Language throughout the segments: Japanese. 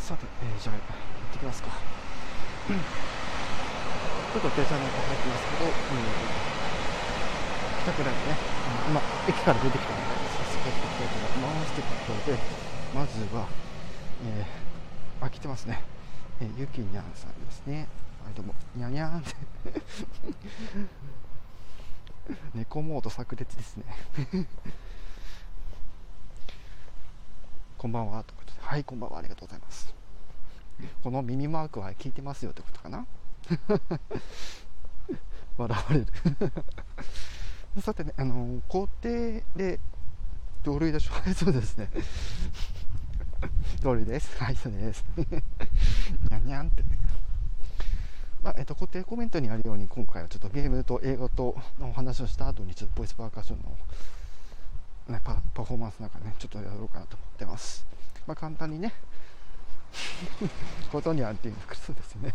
さて、じゃあ行ってきますか。ちょっと電車の中入ってますけど、帰宅ライブね、今駅から出てきたので早速やっていきたいと思いますということで、まずは、来てますね、ゆきにゃんさんですね。はい、どうもにゃにゃんって猫モード炸裂ですねこんばんはということで、はい、こんばんは、ありがとうございます。この耳マークは聞いてますよってことかな笑われるさてね、校庭で同類でしょはい、そうですね同類です。はい、そうですにゃんにゃんってね、固定コメントにあるように、今回はちょっとゲームと映画とのお話をした後に、ちょっとボイスパーカッションの、ね、パフォーマンスなんかね、ちょっとやろうかなと思ってます。簡単にねことにあるっていう複数ですね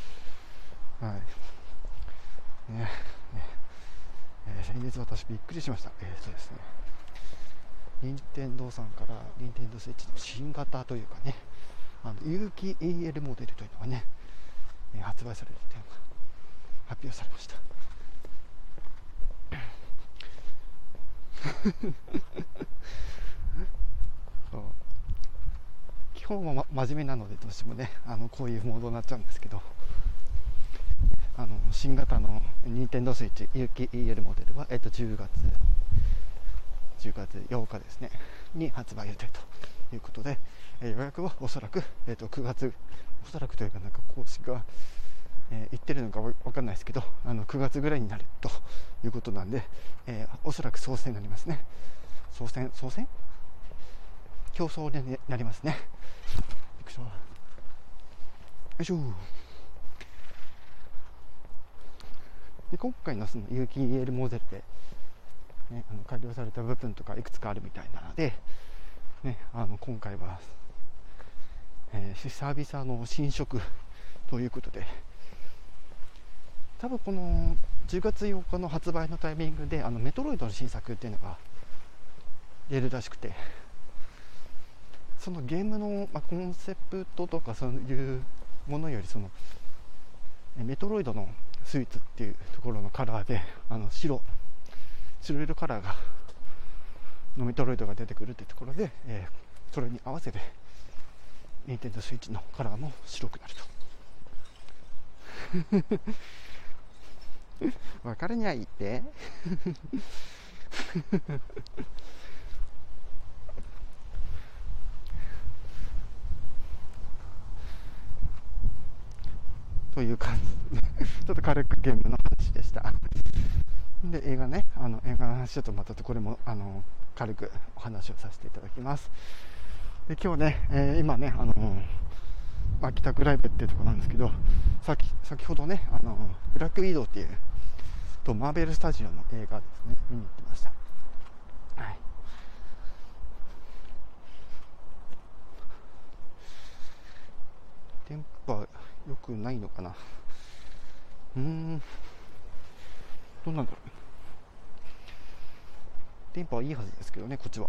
はいね、先日私びっくりしました。そうですね、任天堂さんから任天堂スイッチの新型というかね、有機 EL モデルというのがね、発売されるというのが発表されましたそう基本は、真面目なのでどうしてもね、こういうモードになっちゃうんですけど、新型の任天堂スイッチ有機 EL モデルは、10月8日ですねに発売予定ということで、予約はおそらく、9月、おそらくというか、なんか公式が、言ってるのか分かんないですけど、9月ぐらいになるということなんで、おそらく総選になりますね。総選競争になりますね。よいしょ。で、今回のその有機 EL モデルで、ね、改良された部分とかいくつかあるみたいなので、ね、今回は、久々の新色ということで、多分この10月8日の発売のタイミングで、メトロイドの新作っていうのが出るらしくて、そのゲームの、コンセプトとかそういうものより、そのメトロイドのスイーツっていうところのカラーで、白色カラーがのメトロイドが出てくるっていうところで、それに合わせてニンテンドースイッチのカラーも白くなると分かるにはいいってという感じちょっと軽くゲームの話でしたで、映画ね、映画の話だとまたこれも軽くお話をさせていただきます。で、今日ね、今ね、帰宅ライブっていうところなんですけど、先ほどね、ブラックウィドウっていうとマーベルスタジオの映画ですね、見に行ってました。はい。電波良くないのかな。どうなんだろう。電波はいいはずですけどね、こっちは。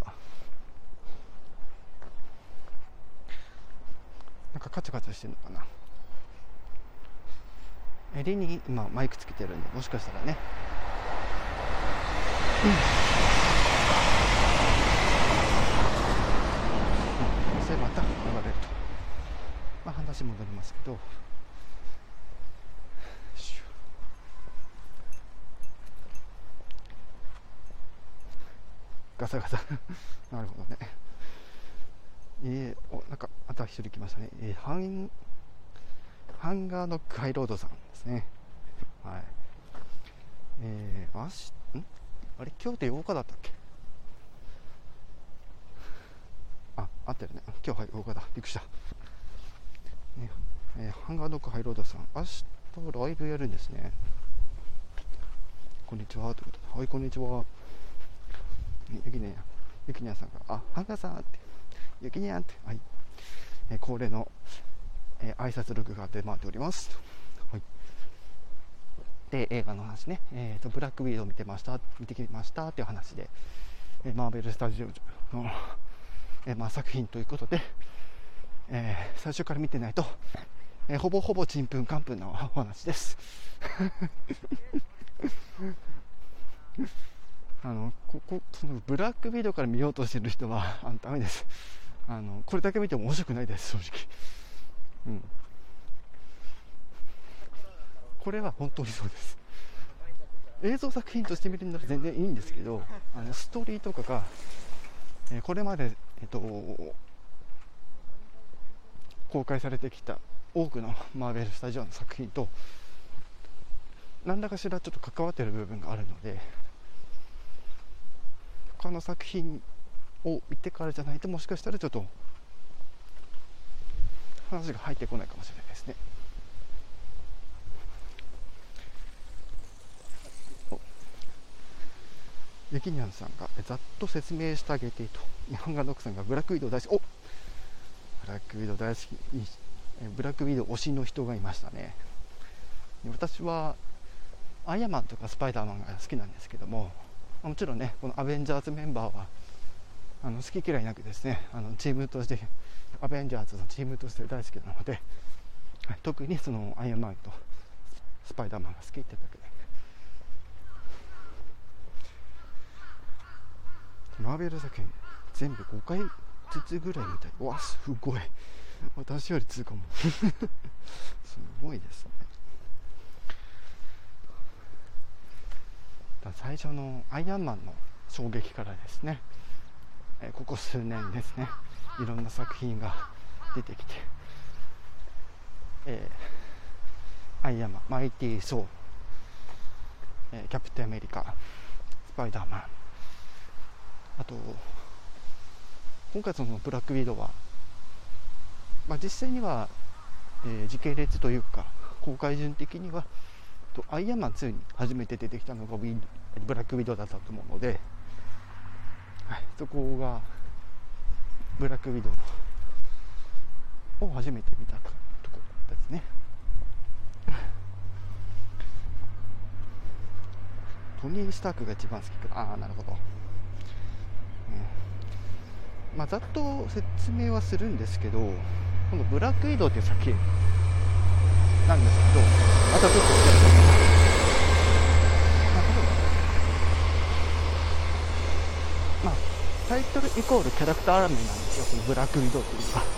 なんかカチャカチャしてるのかな。襟に今マイクつけてるんで、もしかしたらね、それまた流れると、話戻りますけど、ガサガサなるほどね。なんかまた一人来ましたね。ハンガーノックハイロードさんですね。はい。あれ、今日で8日だったっけ。合ってるね。今日はい8日だ。びっくりした、ね。ハンガーノックハイロードさん、明日ライブやるんですね。こんにちはということで、はい、こんにちは。ゆきねやさんが、ハンガーさんって、ゆきねやんって、はい、恒例の、挨拶ログが出回っております。はい。で、映画の話ね、ブラックウィードを見てきましたっていう話で、マーベルスタジオの、作品ということで、 最初から見てないと、ほぼほぼちんぷんかんぷんなお話ですそのブラックビデオから見ようとしてる人はダメです。これだけ見ても面白くないです、正直。これは本当にそうです。映像作品として見るなら全然いいんですけど、ストーリーとかが、これまで、公開されてきた多くのマーベルスタジオの作品と何らかしらちょっと関わっている部分があるので、他の作品を見てからじゃないと、もしかしたらちょっと話が入ってこないかもしれないですね。ゆきにゃんさんがざっと説明してあげてと。日本画の奥さんがブラックウィドウ大好き。ブラックウィドウ大好き。ブラックウィドウ推しの人がいましたね。私はアイアンマンとかスパイダーマンが好きなんですけども、もちろんね、このアベンジャーズメンバーは好き嫌いなくですね、チームとしてアベンジャーズのチームとして大好きなので、特にそのアイアンマンとスパイダーマンが好きってだけで、マーベル作品全部5回ずつぐらいみたい。うわ、すごい。私より通過もすごいですね。最初のアイアンマンの衝撃からですね、ここ数年ですね、いろんな作品が出てきて、アイアンマン、マイティー・ソー、キャプテンアメリカ、スパイダーマン、あと今回そのブラックウィドウは、実際には、時系列というか公開順的にはアイアンマン2に初めて出てきたのがブラックウィドウだったと思うので、そこがブラックウィドウを初めて見たところですね。トニー・スタークが一番好きか。なるほど。ざっと説明はするんですけど、このブラックウィドウという作品なんですけど、またちょっとタイトルイコールキャラクター名なんですよ、このブラックウィドウというか。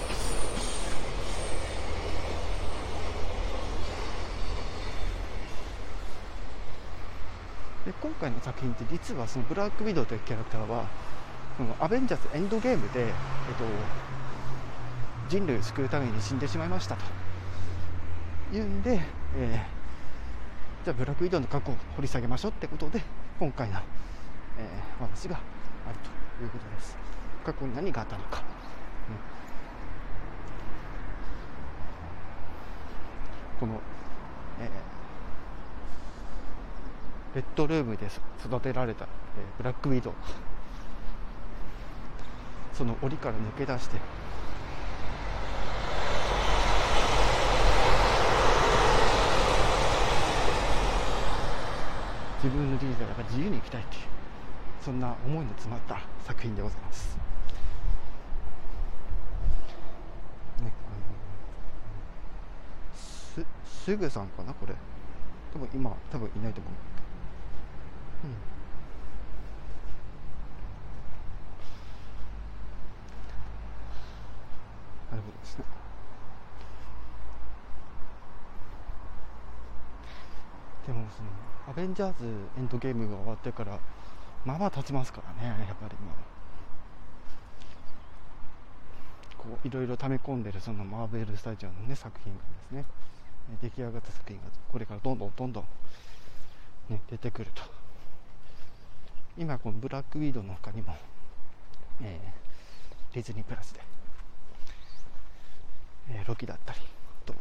で、今回の作品って実はそのブラックウィドウというキャラクターはこのアベンジャーズエンドゲームで、人類を救うために死んでしまいましたというんで、じゃあブラックウィドウの過去を掘り下げましょうってことで今回の、話があるということです。過去に何があったのか、この、レッドルームで育てられた、ブラックウィドウがその檻から抜け出して自分の人生をやっぱり自由に生きたいという、そんな思いの詰まった作品でございます、ね。すぐさんかな、これ多分今いないと思う。なるほどですね。でもそのアベンジャーズエンドゲームが終わってからまあ経ちますからね、やっぱりこういろいろ溜め込んでるそのマーベルスタジオのね作品がですね、出来上がった作品がこれからどんどん、ね、出てくると。今このブラックウィドウの他にも、ディズニープラスで、ロキだったりと、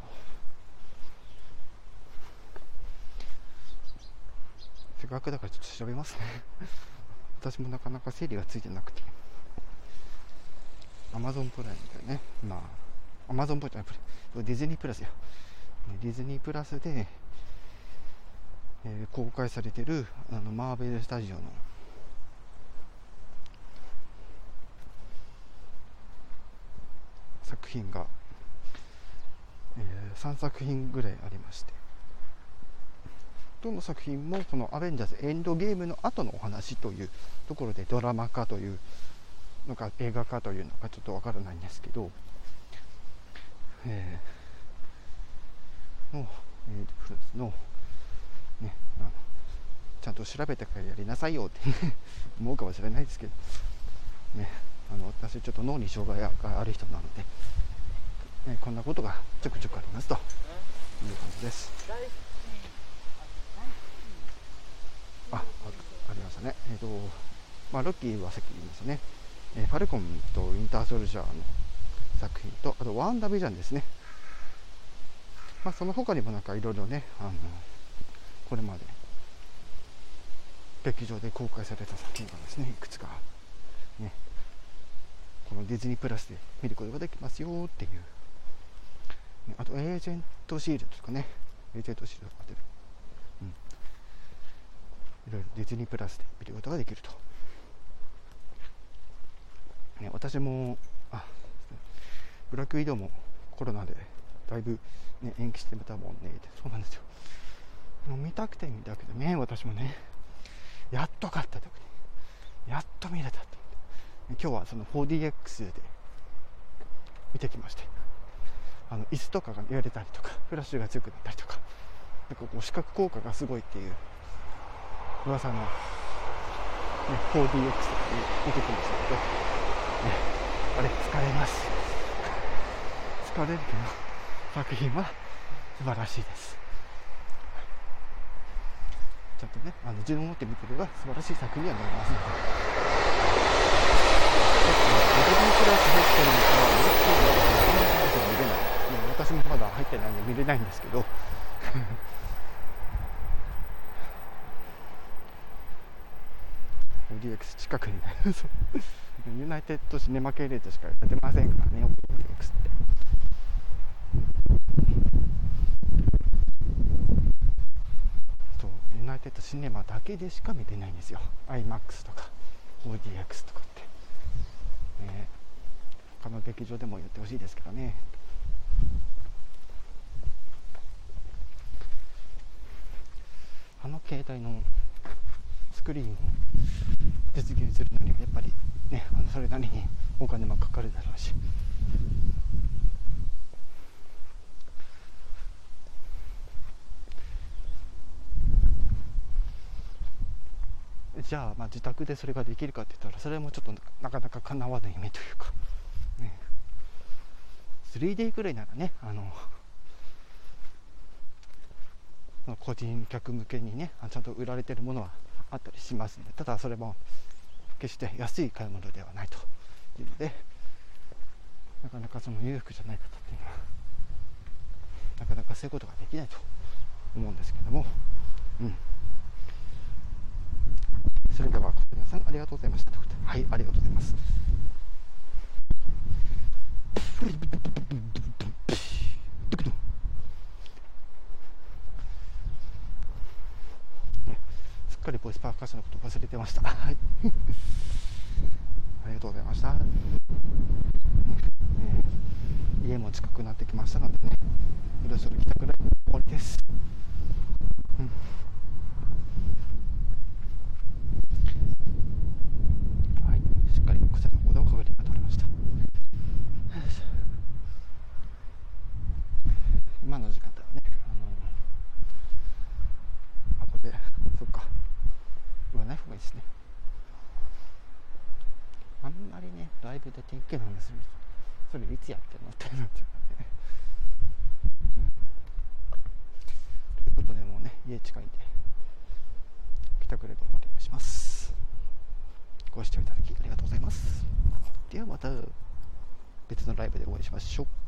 せっかくだからちょっと調べますね私もなかなか整理がついてなくて。アマゾンプライムだよね。アマゾンプライム、ディズニープラスよ。ディズニープラスで、公開されてるマーベルスタジオの作品が 3作品ぐらいありまして、どの作品もこのアベンジャーズエンドゲームの後のお話というところでドラマ化というのか映画化というのかちょっとわからないんですけど、フランスのね、ちゃんと調べてからやりなさいよって思うかもしれないですけどね、私ちょっと脳に障害がある人なので、ね、こんなことがちょくちょくありますという感じです。ありましたね。ロッキーはさっき言いましたね。ファルコンとウィンターソルジャーの作品と、あとワンダービジョンですね。その他にもなんかいろいろね、これまで劇場で公開された作品がですね、いくつかね、このディズニープラスで見ることができますよっていう、あとエージェントシールドとかね、エージェントシールドが出る、いろいろディズニープラスで見ることができると、私もブラックウィドウもコロナでだいぶ、延期してたもんね。そうなんですよ。もう見たくてね、私もね、やっと買った時にやっと見れたと思って、今日はその 4DX で見てきまして、椅子とかが揺れたりとかフラッシュが強くなったりとか、なんかこう視覚効果がすごいっていう噂の、4DX で見てきましたけど、あれ疲れます。疲れるけど作品は素晴らしいです。ちゃんとね、自分を持って見てれば素晴らしい作品にはなりますので、ディズニープラス入ってるのかは見れない、私もまだ入ってないんで見れないんですけど4DX 近くにねユナイテッドシネマ系列しかやってませんからね、4DX って。ユナイテッドシネマだけでしか見てないんですよ。 IMAX とか 4DX とかって、他の劇場でもやってほしいですけどね。携帯のスクリーンを実現するのにはやっぱりね、それなりにお金もかかるだろうし、じゃあ、自宅でそれができるかって言ったら、それもちょっとなかなか叶わない夢というか、ね、3D くらいならね、個人客向けにね、ちゃんと売られてるものはあったりしますので、ただそれも決して安い買い物ではないというので、なかなかその裕福じゃない方っていうのはなかなかそういうことができないと思うんですけども、それでは皆さんありがとうございましたということで、はい、ありがとうございます。すっかりボイスパーカッションのこと忘れてました。はい、ありがとうございました。家も近くなってきましたのでね、そろそろ帰宅ライブ終わりです。はい、しっかり癖の行動を確認が取れました。今の時間帯はね、これそっか、言わない方がいいですね。あんまりね、ライブで天気の話すると、それいつやってんのってなっちゃうからね。ということで、もうね、家近いんで帰宅レベルお願いします。ご視聴いただきありがとうございます。ではまた別のライブでお会いしましょう。